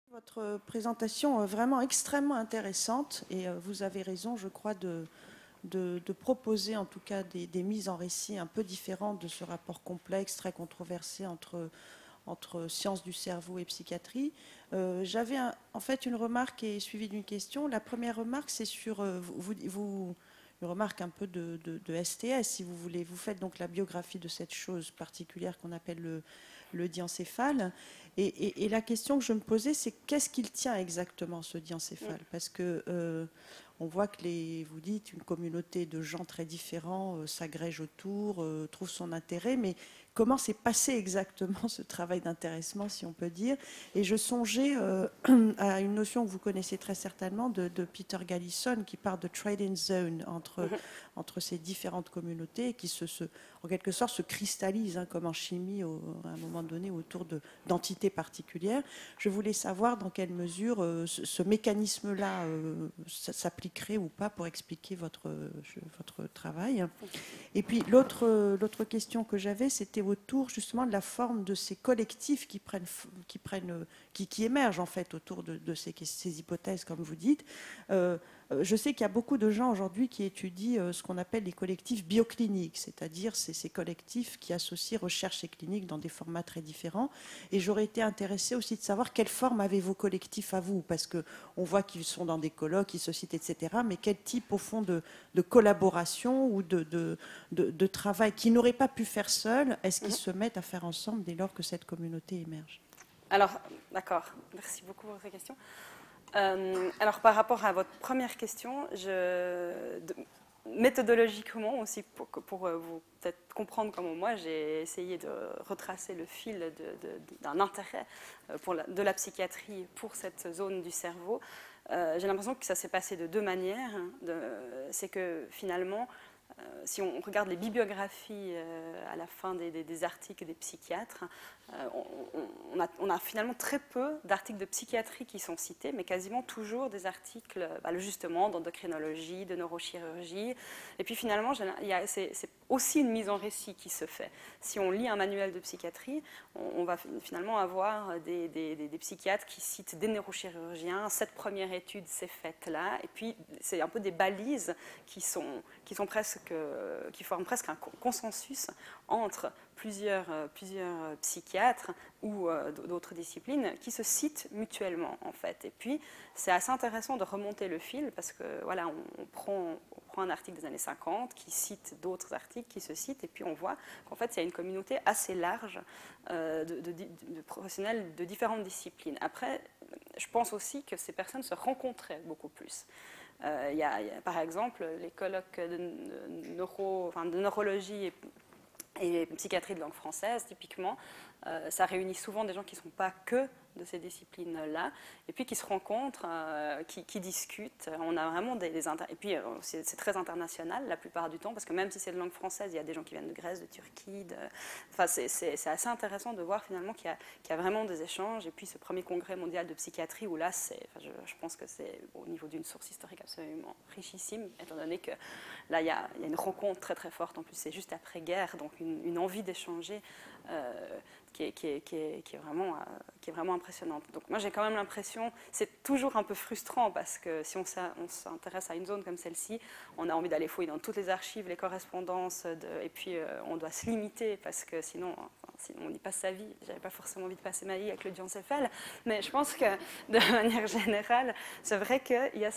Votre présentation est vraiment extrêmement intéressante et vous avez raison, je crois, de proposer en tout cas des mises en récit un peu différentes de ce rapport complexe, très controversé entre sciences du cerveau et psychiatrie. J'avais en fait une remarque et suivie d'une question. La première remarque, c'est sur une remarque un peu de STS, si vous voulez. Vous faites donc la biographie de cette chose particulière qu'on appelle le diencéphale. Et la question que je me posais, c'est qu'est-ce qu'il tient exactement, ce diencéphale? Parce que on voit que vous dites, une communauté de gens très différents s'agrège autour, trouve son intérêt, mais comment s'est passé exactement ce travail d'intéressement, si on peut dire? Et je songeais à une notion que vous connaissez très certainement de Peter Gallison, qui parle de trading zone entre ces différentes communautés qui en quelque sorte se cristallisent, comme en chimie, à un moment donné, autour d'entités particulières. Je voulais savoir dans quelle mesure ce mécanisme-là s'appliquerait ou pas pour expliquer votre travail. Et puis l'autre question que j'avais, c'était autour justement de la forme de ces collectifs qui émergent en fait autour de ces hypothèses, comme vous dites. Je sais qu'il y a beaucoup de gens aujourd'hui qui étudient ce qu'on appelle les collectifs biocliniques, c'est-à-dire ces collectifs qui associent recherche et clinique dans des formats très différents. Et j'aurais été intéressée aussi de savoir quelle forme avaient vos collectifs à vous, parce qu'on voit qu'ils sont dans des colloques, ils se citent, etc. Mais quel type, au fond, de collaboration ou de travail qu'ils n'auraient pas pu faire seuls, est-ce qu'ils se mettent à faire ensemble dès lors que cette communauté émerge? Alors, d'accord, merci beaucoup pour ces questions. Alors, par rapport à votre première question, méthodologiquement aussi, pour vous peut-être comprendre comment moi j'ai essayé de retracer le fil d'un intérêt de la psychiatrie pour cette zone du cerveau, j'ai l'impression que ça s'est passé de deux manières. C'est que finalement, si on regarde les bibliographies à la fin des articles des psychiatres, on a finalement très peu d'articles de psychiatrie qui sont cités, mais quasiment toujours des articles justement d'endocrinologie, de neurochirurgie. Et puis finalement, c'est aussi une mise en récit qui se fait. Si on lit un manuel de psychiatrie, on va finalement avoir des psychiatres qui citent des neurochirurgiens. Cette première étude s'est faite là, et puis c'est un peu des balises qui forment presque un consensus entre plusieurs psychiatres ou d'autres disciplines qui se citent mutuellement en fait. Et puis c'est assez intéressant de remonter le fil parce que voilà, on prend un article des années 50 qui cite d'autres articles qui se citent et puis on voit qu'en fait il y a une communauté assez large de professionnels de différentes disciplines. Après, je pense aussi que ces personnes se rencontraient beaucoup plus. Il y a, par exemple, les colloques de neurologie et psychiatrie de langue française, typiquement, ça réunit souvent des gens qui ne sont pas que de ces disciplines-là, et puis qui se rencontrent, qui discutent. On a vraiment et puis c'est très international la plupart du temps, parce que même si c'est de langue française, il y a des gens qui viennent de Grèce, de Turquie. Enfin, c'est assez intéressant de voir finalement qu'il y a vraiment des échanges. Et puis ce premier congrès mondial de psychiatrie, où là, je pense que c'est au niveau d'une source historique absolument richissime, étant donné que là, il y a une rencontre très très forte. En plus, c'est juste après-guerre, donc une envie d'échanger qui est vraiment impressionnante. Donc moi j'ai quand même l'impression, c'est toujours un peu frustrant parce que si on s'intéresse à une zone comme celle-ci, on a envie d'aller fouiller dans toutes les archives, les correspondances, et puis on doit se limiter parce que sinon on y passe sa vie. J'avais pas forcément envie de passer ma vie avec le diencéphale, mais je pense que de manière générale, c'est vrai qu'il y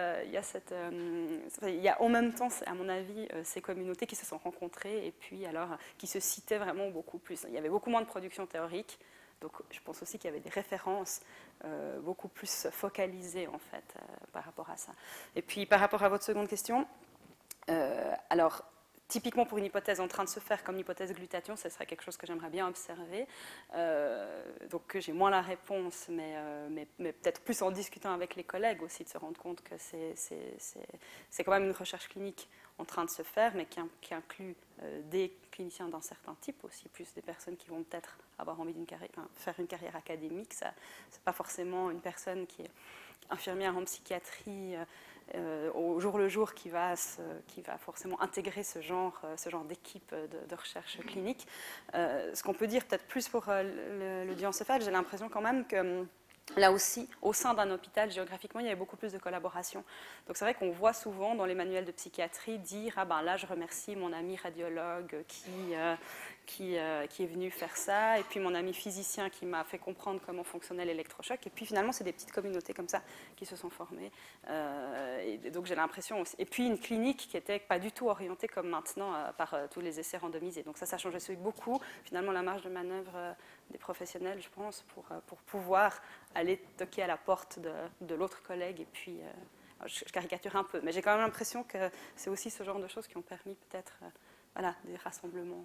a en même temps, à mon avis, ces communautés qui se sont rencontrées et puis alors qui se citaient vraiment beaucoup plus. Il y avait beaucoup moins de production théorique, donc je pense aussi qu'il y avait des références beaucoup plus focalisées en fait par rapport à ça. Et puis par rapport à votre seconde question, alors typiquement pour une hypothèse en train de se faire comme l'hypothèse glutathion, ce serait quelque chose que j'aimerais bien observer. Donc j'ai moins la réponse, mais peut-être plus en discutant avec les collègues aussi, de se rendre compte que c'est quand même une recherche clinique en train de se faire, mais qui inclut des cliniciens d'un certain type aussi, plus des personnes qui vont peut-être avoir envie faire une carrière académique. Ce n'est pas forcément une personne qui est infirmière en psychiatrie au jour le jour qui va forcément intégrer ce genre d'équipe de recherche clinique. Ce qu'on peut dire peut-être plus pour le diencéphale, j'ai l'impression quand même que Là aussi, au sein d'un hôpital, géographiquement, il y avait beaucoup plus de collaboration. Donc c'est vrai qu'on voit souvent dans les manuels de psychiatrie dire « Ah ben là, je remercie mon ami radiologue qui est venu faire ça, et puis mon ami physicien qui m'a fait comprendre comment fonctionnait l'électrochoc. » Et puis finalement, c'est des petites communautés comme ça qui se sont formées. Et donc j'ai l'impression aussi. Et puis une clinique qui n'était pas du tout orientée comme maintenant par tous les essais randomisés. Donc ça changeait aussi beaucoup. Finalement, la marge de manœuvre des professionnels, je pense, pour pouvoir aller toquer à la porte de l'autre collègue. Et puis, je caricature un peu, mais j'ai quand même l'impression que c'est aussi ce genre de choses qui ont permis peut-être des rassemblements.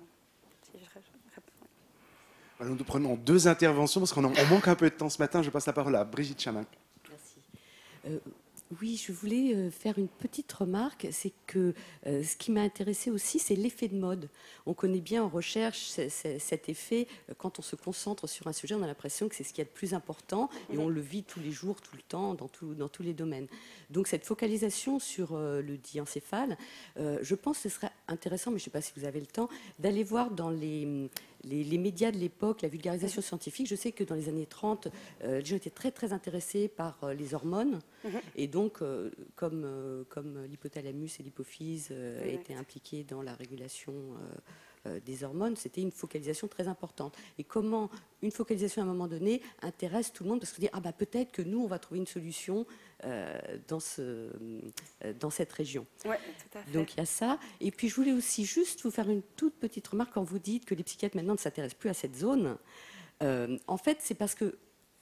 Alors, nous prenons 2 interventions parce qu'on manque un peu de temps ce matin. Je passe la parole à Brigitte Chamin. Merci. Oui, je voulais faire une petite remarque. C'est que ce qui m'a intéressé aussi, c'est l'effet de mode. On connaît bien en recherche cet effet. Quand on se concentre sur un sujet, on a l'impression que c'est ce qu'il y a de plus important et on le vit tous les jours, tout le temps, dans tous les domaines. Donc cette focalisation sur le diencéphale, je pense que ce serait intéressant, mais je ne sais pas si vous avez le temps, d'aller voir dans les médias de l'époque, la vulgarisation scientifique. Je sais que dans les années 30, les gens étaient très, très intéressés par les hormones. Et donc, comme l'hypothalamus et l'hypophyse étaient impliqués dans la régulation des hormones, c'était une focalisation très importante. Et comment une focalisation à un moment donné intéresse tout le monde, parce qu'on dit, peut-être que nous, on va trouver une solution dans cette région. Oui, tout à fait. Donc il y a ça. Et puis je voulais aussi juste vous faire une toute petite remarque quand vous dites que les psychiatres maintenant ne s'intéressent plus à cette zone. En fait, c'est parce que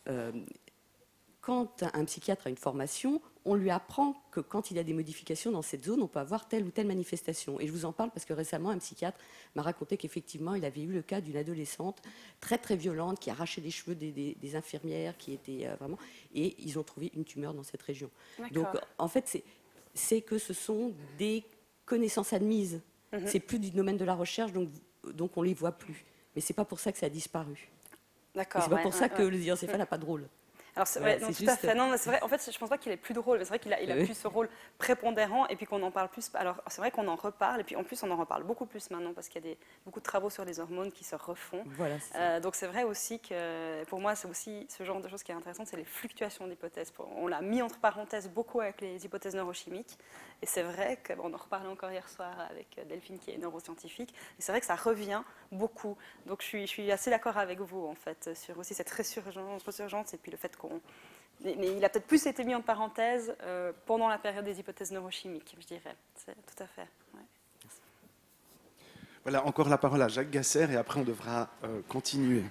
quand un psychiatre a une formation, on lui apprend que quand il y a des modifications dans cette zone, on peut avoir telle ou telle manifestation. Et je vous en parle parce que récemment, un psychiatre m'a raconté qu'effectivement, il avait eu le cas d'une adolescente très très violente qui arrachait les cheveux des infirmières, qui était vraiment... Et ils ont trouvé une tumeur dans cette région. Donc en fait, c'est que ce sont des connaissances admises. C'est plus du domaine de la recherche, donc on les voit plus. Mais c'est pas pour ça que ça a disparu. D'accord. C'est pas pour ça que le diencéphale n'a pas de rôle. Alors c'est vrai, non, tout à fait. Non, c'est vrai. En fait, je pense pas qu'il est plus drôle. C'est vrai qu'il a plus ce rôle prépondérant et puis qu'on en parle plus. Alors c'est vrai qu'on en reparle et puis en plus on en reparle beaucoup plus maintenant parce qu'il y a beaucoup de travaux sur les hormones qui se refont. Voilà, donc c'est vrai aussi que pour moi c'est aussi ce genre de choses qui est intéressant, c'est les fluctuations d'hypothèses. On l'a mis entre parenthèses beaucoup avec les hypothèses neurochimiques et c'est vrai qu'on en reparlait encore hier soir avec Delphine qui est neuroscientifique. Et c'est vrai que ça revient beaucoup. Donc je suis assez d'accord avec vous en fait sur aussi cette résurgence et puis le fait mais il a peut-être plus été mis en parenthèse pendant la période des hypothèses neurochimiques, je dirais. C'est tout à fait. Ouais. Voilà, encore la parole à Jacques Gasser et après on devra continuer.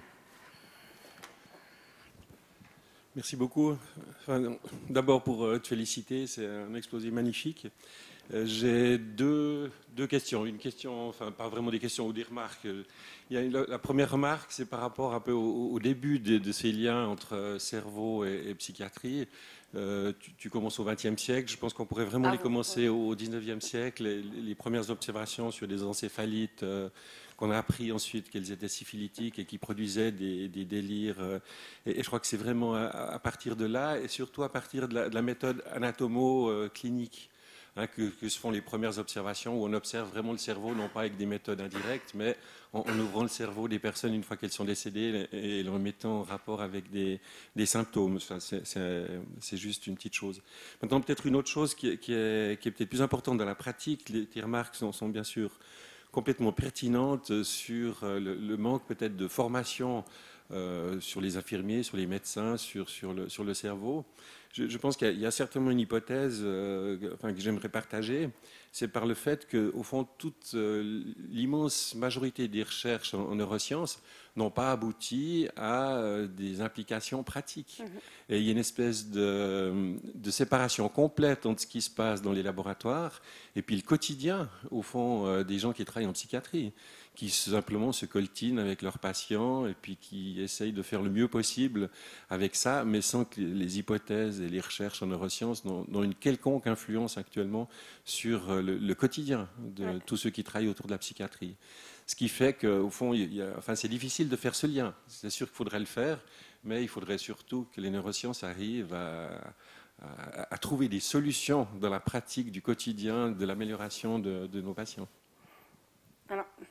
Merci beaucoup. D'abord pour te féliciter, c'est un exposé magnifique. J'ai deux questions. Une question, enfin pas vraiment des questions ou des remarques. La première remarque, c'est par rapport un peu au début de ces liens entre cerveau et psychiatrie. Tu commences au XXe siècle. Je pense qu'on pourrait vraiment les commencer au XIXe siècle. Les premières observations sur des encéphalites qu'on a appris ensuite qu'elles étaient syphilitiques et qui produisaient des délires. Et je crois que c'est vraiment à partir de là, et surtout à partir de la méthode anatomo-clinique, que se font les premières observations où on observe vraiment le cerveau, non pas avec des méthodes indirectes, mais en ouvrant le cerveau des personnes une fois qu'elles sont décédées et le mettant en rapport avec des symptômes. Enfin, c'est juste une petite chose. Maintenant, peut-être une autre chose qui est peut-être plus importante dans la pratique. Tes remarques sont bien sûr complètement pertinentes sur le manque peut-être de formation sur les infirmiers, sur les médecins, sur le cerveau. Je pense qu'il y a certainement une hypothèse que j'aimerais partager. C'est par le fait qu'au fond, toute l'immense majorité des recherches en neurosciences n'ont pas abouti à des implications pratiques. Et il y a une espèce de séparation complète entre ce qui se passe dans les laboratoires et puis le quotidien, au fond, des gens qui travaillent en psychiatrie, qui simplement se coltinent avec leurs patients et puis qui essayent de faire le mieux possible avec ça, mais sans que les hypothèses et les recherches en neurosciences n'ont une quelconque influence actuellement sur le quotidien de tous ceux qui travaillent autour de la psychiatrie. Ce qui fait qu'au fond, c'est difficile de faire ce lien. C'est sûr qu'il faudrait le faire, mais il faudrait surtout que les neurosciences arrivent à trouver des solutions dans la pratique du quotidien, de l'amélioration de nos patients. Alors,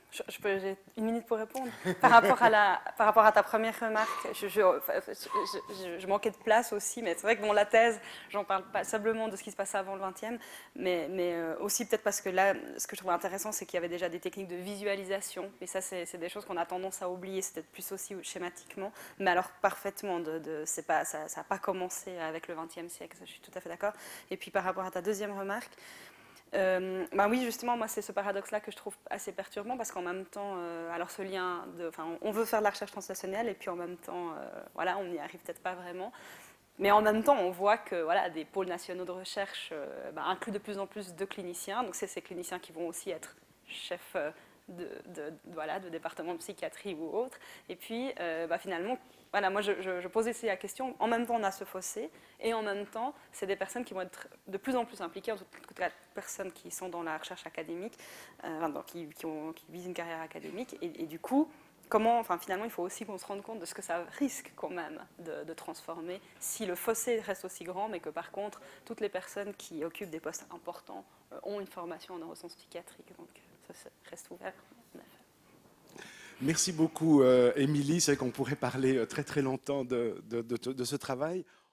J'ai 1 minute pour répondre. Par rapport à ta première remarque, je manquais de place aussi, mais c'est vrai que la thèse, j'en parle passablement de ce qui se passait avant le 20e, mais aussi peut-être parce que là, ce que je trouvais intéressant, c'est qu'il y avait déjà des techniques de visualisation, et ça, c'est des choses qu'on a tendance à oublier, c'est peut-être plus aussi schématiquement, mais alors parfaitement, ça n'a pas commencé avec le 20e siècle, ça, je suis tout à fait d'accord. Et puis par rapport à ta deuxième remarque, oui, justement, moi, c'est ce paradoxe-là que je trouve assez perturbant parce qu'en même temps, alors ce lien, on veut faire de la recherche translationnelle et puis en même temps, voilà, on n'y arrive peut-être pas vraiment. Mais en même temps, on voit que voilà, des pôles nationaux de recherche incluent de plus en plus de cliniciens. Donc, c'est ces cliniciens qui vont aussi être chefs de département de psychiatrie ou autre. Et puis, finalement, voilà, moi, je posais ici la question. En même temps, on a ce fossé, et en même temps, c'est des personnes qui vont être de plus en plus impliquées, en tout cas, personnes qui sont dans la recherche académique, qui visent une carrière académique. Et du coup, finalement, il faut aussi qu'on se rende compte de ce que ça risque quand même de transformer si le fossé reste aussi grand, mais que par contre, toutes les personnes qui occupent des postes importants ont une formation en neurosciences psychiatriques. Donc, ça reste ouvert. Merci beaucoup, Émilie. C'est vrai qu'on pourrait parler très très longtemps de ce travail.